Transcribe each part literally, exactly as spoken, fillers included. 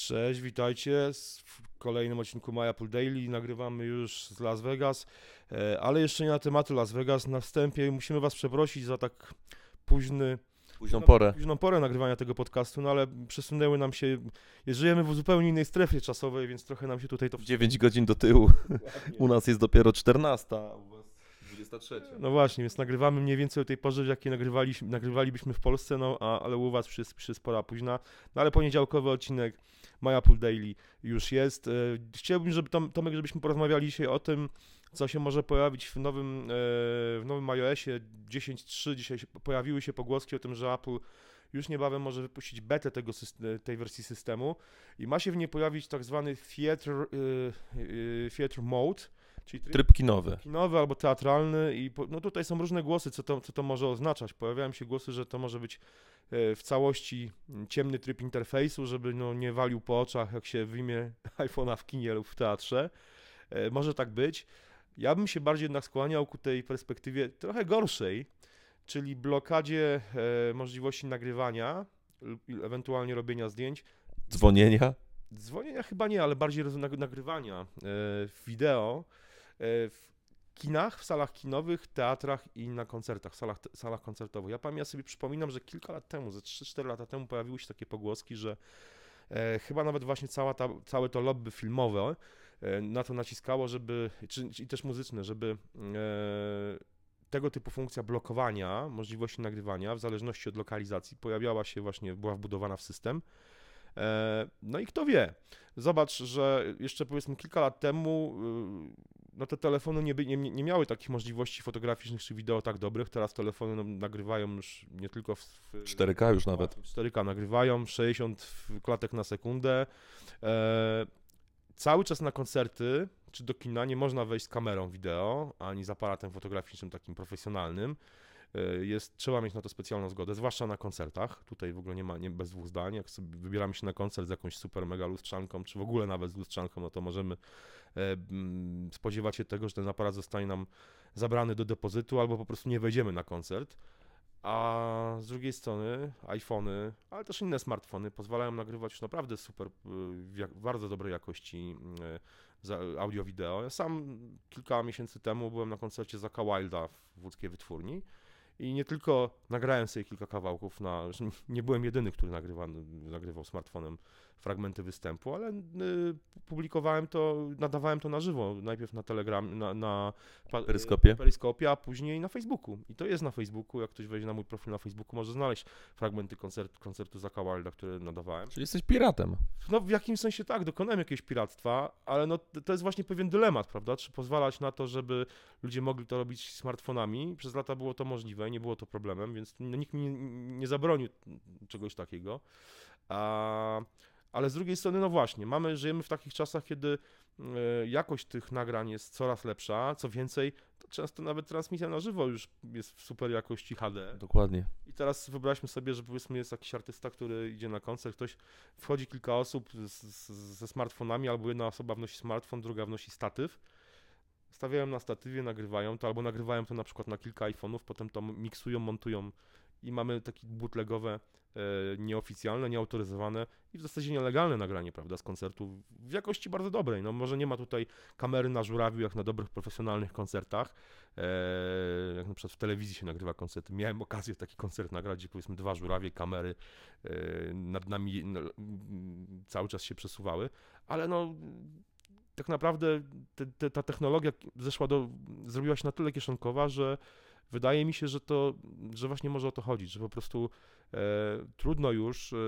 Cześć, witajcie w kolejnym odcinku My Apple Daily. Nagrywamy już z Las Vegas, e, ale jeszcze nie na tematy Las Vegas. Na wstępie musimy was przeprosić za tak późny, Późną późną, porę. późną porę nagrywania tego podcastu, no ale przesunęły nam się, żyjemy w zupełnie innej strefie czasowej, więc trochę nam się tutaj to... dziewięć godzin do tyłu. U nas jest dopiero czternasta, a u was dwudziesta trzecia. No właśnie, więc nagrywamy mniej więcej o tej porze, jakiej nagrywaliśmy, nagrywalibyśmy w Polsce, no a, ale u was już jest pora późna. No ale poniedziałkowy odcinek My Apple Daily już jest. E, Chciałbym, żeby Tom, Tomek, żebyśmy porozmawiali dzisiaj o tym, co się może pojawić w nowym, e, w nowym iOSie dziesięć trzy. Dzisiaj się, pojawiły się pogłoski o tym, że Apple już niebawem może wypuścić betę tego, syst- tej wersji systemu i ma się w niej pojawić tak zwany theater, e, e, theater mode, czyli tryb Tryb kinowy. kinowy albo teatralny i po, no tutaj są różne głosy, co to, co to może oznaczać. Pojawiają się głosy, że to może być e, w całości ciemny tryb interfejsu, żeby no, nie walił po oczach, jak się wyjmie iPhone'a w kinie lub w teatrze. E, może tak być. Ja bym się bardziej jednak skłaniał ku tej perspektywie trochę gorszej, czyli blokadzie e, możliwości nagrywania lub ewentualnie robienia zdjęć. Dzwonienia. Dzwonienia chyba nie, ale bardziej roz- nag- nagrywania e, wideo e, w kinach, w salach kinowych, teatrach i na koncertach, w salach, salach koncertowych. Ja pamiętam, ja sobie przypominam, że kilka lat temu, ze trzy cztery lata temu pojawiły się takie pogłoski, że e, chyba nawet właśnie cała ta, całe to lobby filmowe e, na to naciskało, żeby, czy, czy, i też muzyczne, żeby e, tego typu funkcja blokowania możliwości nagrywania w zależności od lokalizacji pojawiała się właśnie, była wbudowana w system. No i kto wie, zobacz, że jeszcze powiedzmy kilka lat temu no te telefony nie, by, nie, nie miały takich możliwości fotograficznych czy wideo tak dobrych, teraz telefony no, nagrywają już nie tylko w, w cztery K już nawet. cztery K nagrywają, sześćdziesiąt klatek na sekundę. E, cały czas na koncerty czy do kina nie można wejść z kamerą wideo, ani z aparatem fotograficznym takim profesjonalnym. Jest, trzeba mieć na to specjalną zgodę, zwłaszcza na koncertach. Tutaj w ogóle nie ma nie, bez dwóch zdań. Jak sobie wybieramy się na koncert z jakąś super mega lustrzanką, czy w ogóle nawet z lustrzanką, no to możemy e, m, spodziewać się tego, że ten aparat zostanie nam zabrany do depozytu, albo po prostu nie wejdziemy na koncert. A z drugiej strony iPhony, ale też inne smartfony pozwalają nagrywać już naprawdę super, w jak, bardzo dobrej jakości e, audio-wideo. Ja sam kilka miesięcy temu byłem na koncercie Zacka Wilda w łódzkiej wytwórni. I nie tylko nagrałem sobie kilka kawałków, na, nie byłem jedyny, który nagrywa, nagrywał smartfonem fragmenty występu, ale y, publikowałem to, nadawałem to na żywo, najpierw na Telegram, na, na Peryskopie. Peryskopie, a później na Facebooku. I to jest na Facebooku, jak ktoś wejdzie na mój profil na Facebooku, może znaleźć fragmenty koncert, koncertu Zacka Wilda, które nadawałem. Czyli jesteś piratem. No w jakimś sensie tak, dokonałem jakiegoś piractwa, ale no to jest właśnie pewien dylemat, prawda? Czy pozwalać na to, żeby ludzie mogli to robić smartfonami? Przez lata było to możliwe, nie było to problemem, więc nikt mi nie, nie zabronił czegoś takiego. A, ale z drugiej strony, no właśnie, mamy, żyjemy w takich czasach, kiedy y, jakość tych nagrań jest coraz lepsza, co więcej, to często nawet transmisja na żywo już jest w super jakości H D. Dokładnie. I teraz wyobraźmy sobie, że powiedzmy jest jakiś artysta, który idzie na koncert, ktoś, wchodzi kilka osób z, z, ze smartfonami, albo jedna osoba wnosi smartfon, druga wnosi statyw, stawiają na statywie, nagrywają to, albo nagrywają to na przykład na kilka iPhone'ów, potem to miksują, montują i mamy takie bootlegowe, e, nieoficjalne, nieautoryzowane i w zasadzie nielegalne nagranie, prawda, z koncertu w jakości bardzo dobrej. No może nie ma tutaj kamery na żurawiu, jak na dobrych, profesjonalnych koncertach, e, jak na przykład w telewizji się nagrywa koncerty. Miałem okazję taki koncert nagrać, gdzie powiedzmy dwa żurawie, kamery e, nad nami no, cały czas się przesuwały, ale no tak naprawdę te, te, ta technologia zeszła do, zrobiła się na tyle kieszonkowa, że wydaje mi się, że to, że właśnie może o to chodzić, że po prostu e, trudno już e,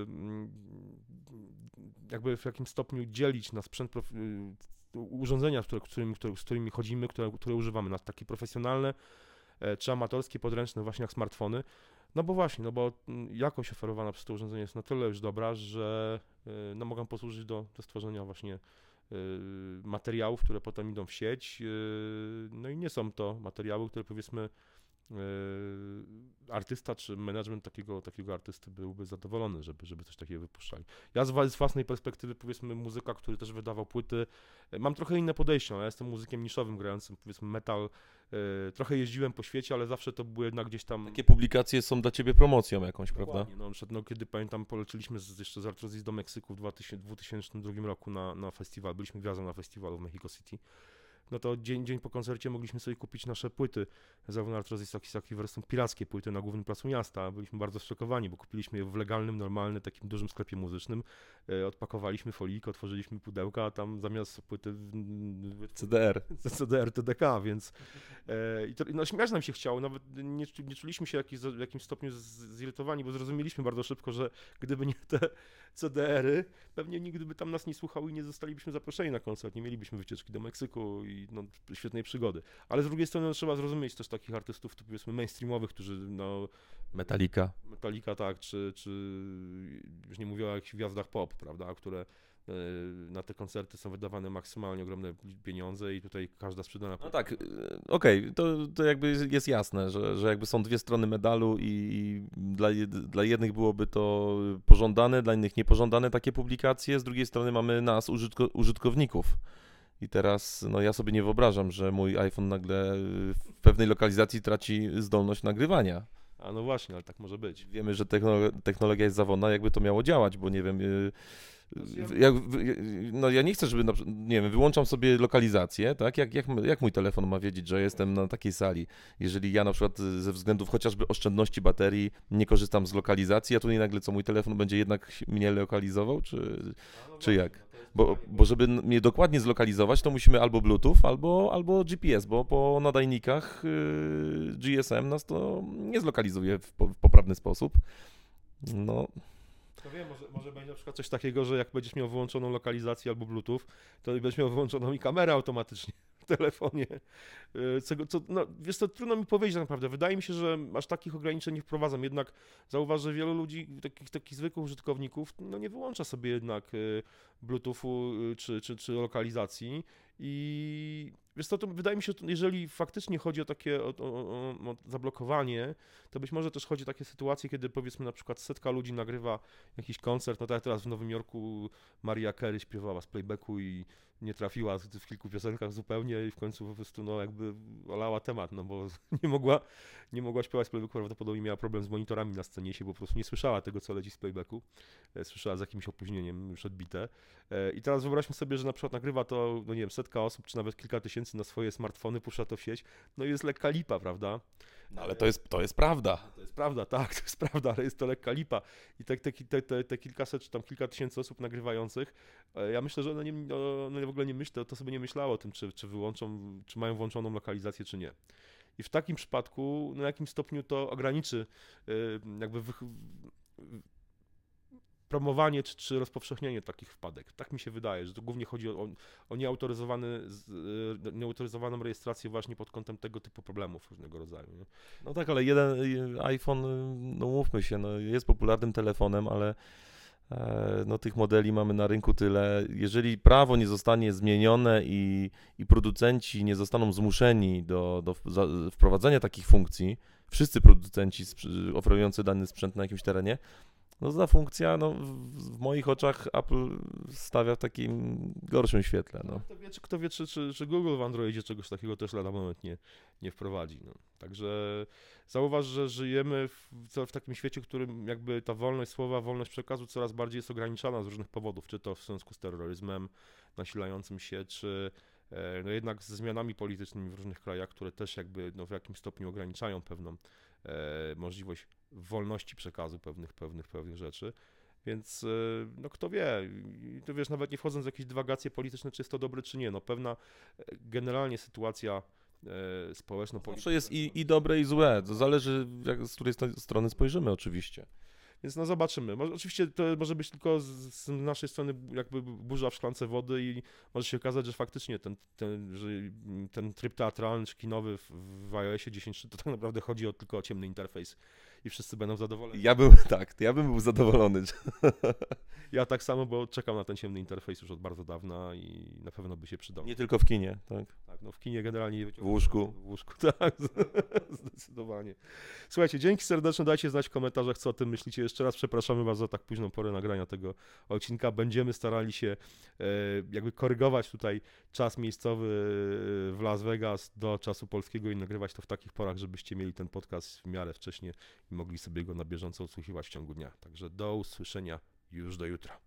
jakby w jakimś stopniu dzielić na sprzęt, prof, e, urządzenia, które, którymi, które, z którymi chodzimy, które, które używamy, na takie profesjonalne e, czy amatorskie, podręczne właśnie jak smartfony. No bo właśnie, no bo jakość oferowana przez to urządzenie jest na tyle już dobra, że e, no mogą posłużyć do, do stworzenia właśnie materiałów, które potem idą w sieć, no i nie są to materiały, które powiedzmy artysta czy management takiego, takiego artysty byłby zadowolony, żeby, żeby coś takiego wypuszczali. Ja z, z własnej perspektywy, powiedzmy, muzyka, który też wydawał płyty, mam trochę inne podejście. Ja jestem muzykiem niszowym, grającym, powiedzmy, metal. Trochę jeździłem po świecie, ale zawsze to były jednak gdzieś tam... Takie publikacje są dla ciebie promocją jakąś, prawda? No, no, kiedy pamiętam, poleciliśmy z, jeszcze z Arthrosis do Meksyku w dwa tysiące drugim roku na, na festiwal, byliśmy gwiazdą na festiwalu w Mexico City. No to dzień, dzień po koncercie mogliśmy sobie kupić nasze płyty, zarówno Arthrosis, jak i Saki wersją pirackie płyty na głównym placu miasta. Byliśmy bardzo zszokowani, bo kupiliśmy je w legalnym, normalnym, takim dużym sklepie muzycznym. E, odpakowaliśmy folijkę, otworzyliśmy pudełka, a tam zamiast płyty w, w, C D R. C D R, T D K, więc e, i to, no, śmiać nam się chciało, nawet nie, nie czuliśmy się jakiś, w jakimś stopniu z, zirytowani, bo zrozumieliśmy bardzo szybko, że gdyby nie te C D R-y, pewnie nigdy by tam nas nie słuchały i nie zostalibyśmy zaproszeni na koncert, nie mielibyśmy wycieczki do Meksyku i no, świetnej przygody. Ale z drugiej strony no, trzeba zrozumieć też takich artystów, to powiedzmy mainstreamowych, którzy no... Metallica. Metallica, tak, czy, czy już nie mówię o jakichś gwiazdach pop, prawda, które na te koncerty są wydawane maksymalnie ogromne pieniądze i tutaj każda sprzedana... No tak, okej, okay, to, to jakby jest jasne, że, że jakby są dwie strony medalu i, i dla, dla jednych byłoby to pożądane, dla innych niepożądane takie publikacje, z drugiej strony mamy nas, użytko, użytkowników. I teraz, no ja sobie nie wyobrażam, że mój iPhone nagle w pewnej lokalizacji traci zdolność nagrywania. A no właśnie, ale tak może być. Wiemy, że technologia, technologia jest zawodna, jakby to miało działać, bo nie wiem... Ja, no ja nie chcę, żeby, nie wiem, wyłączam sobie lokalizację, tak? Jak, jak, jak mój telefon ma wiedzieć, że jestem na takiej sali? Jeżeli ja na przykład ze względów chociażby oszczędności baterii nie korzystam z lokalizacji, a tutaj nagle co, mój telefon będzie jednak mnie lokalizował, czy, czy jak? Bo, bo żeby mnie dokładnie zlokalizować, to musimy albo Bluetooth, albo, albo G P S, bo po nadajnikach yy, G S M nas to nie zlokalizuje w, po, w poprawny sposób. No... No wiem, może, może będzie na przykład coś takiego, że jak będziesz miał wyłączoną lokalizację albo Bluetooth, to będziesz miał wyłączoną i kamerę automatycznie w telefonie. Co, co, no, wiesz, to trudno mi powiedzieć naprawdę. Wydaje mi się, że aż takich ograniczeń nie wprowadzam. Jednak zauważ, że wielu ludzi, takich, takich zwykłych użytkowników, no nie wyłącza sobie jednak Bluetoothu czy, czy, czy lokalizacji. I wiesz co, to wydaje mi się, że jeżeli faktycznie chodzi o takie o, o, o zablokowanie, to być może też chodzi o takie sytuacje, kiedy powiedzmy na przykład setka ludzi nagrywa jakiś koncert, no tak jak teraz w Nowym Jorku Mariah Carey śpiewała z playbacku i nie trafiła w kilku piosenkach zupełnie i w końcu po prostu no jakby olała temat, no bo nie mogła, nie mogła śpiewać z playbacku, prawdopodobnie miała problem z monitorami na scenie, się po prostu nie słyszała tego, co leci z playbacku, słyszała z jakimś opóźnieniem już odbite. I teraz wyobraźmy sobie, że na przykład nagrywa to, no nie wiem, setka osób, czy nawet kilka tysięcy na swoje smartfony, puszcza to w sieć, no i jest lekka lipa, prawda? No ale to jest, to jest prawda. To jest prawda, tak, to jest prawda, ale jest to lekka lipa. I te, te, te, te, te kilkaset, czy tam kilka tysięcy osób nagrywających, ja myślę, że one, nie, one w ogóle nie myślą, to sobie nie myślało o tym, czy, czy wyłączą, czy mają włączoną lokalizację, czy nie. I w takim przypadku, na jakim stopniu to ograniczy jakby wych... promowanie czy, czy rozpowszechnienie takich wpadek. Tak mi się wydaje, że to głównie chodzi o, o nieautoryzowany, nieautoryzowaną rejestrację właśnie pod kątem tego typu problemów różnego rodzaju. Nie? No tak, ale jeden iPhone, no mówmy się, no jest popularnym telefonem, ale e, no tych modeli mamy na rynku tyle. Jeżeli prawo nie zostanie zmienione i, i producenci nie zostaną zmuszeni do, do za, wprowadzenia takich funkcji, wszyscy producenci oferujący dany sprzęt na jakimś terenie, no ta funkcja, no, w, w moich oczach Apple stawia w takim gorszym świetle. No. Kto wie, czy, kto wie czy, czy, czy Google w Androidzie czegoś takiego też lada moment nie, nie wprowadzi. No. Także zauważ, że żyjemy w, w takim świecie, w którym jakby ta wolność słowa, wolność przekazu coraz bardziej jest ograniczana z różnych powodów, czy to w związku z terroryzmem nasilającym się, czy no jednak ze zmianami politycznymi w różnych krajach, które też jakby no, w jakimś stopniu ograniczają pewną e, możliwość wolności przekazu pewnych, pewnych, pewnych rzeczy. Więc e, no kto wie, i to wiesz, nawet nie wchodząc w jakieś dywagacje polityczne, czy jest to dobre, czy nie, no pewna generalnie sytuacja e, społeczno-polityczna. Zawsze jest i, i dobre, i złe, to zależy jak, z której strony spojrzymy oczywiście. Więc no zobaczymy. Może, oczywiście to może być tylko z, z naszej strony jakby burza w szklance wody i może się okazać, że faktycznie ten, ten, że ten tryb teatralny czy kinowy w, w iOSie dziesięć trzy to tak naprawdę chodzi o, tylko o ciemny interfejs i wszyscy będą zadowoleni. Ja bym, tak, ja bym był zadowolony. Ja tak samo, bo czekam na ten ciemny interfejs już od bardzo dawna i na pewno by się przydał. Nie tylko w kinie, tak? Tak, no w kinie generalnie nie W łóżku. W łóżku, tak, zdecydowanie. Słuchajcie, dzięki serdeczne, dajcie znać w komentarzach, co o tym myślicie. Jeszcze raz przepraszamy was za tak późną porę nagrania tego odcinka. Będziemy starali się e, jakby korygować tutaj czas miejscowy w Las Vegas do czasu polskiego i nagrywać to w takich porach, żebyście mieli ten podcast w miarę wcześnie i mogli sobie go na bieżąco odsłuchiwać w ciągu dnia. Także do usłyszenia już do jutra.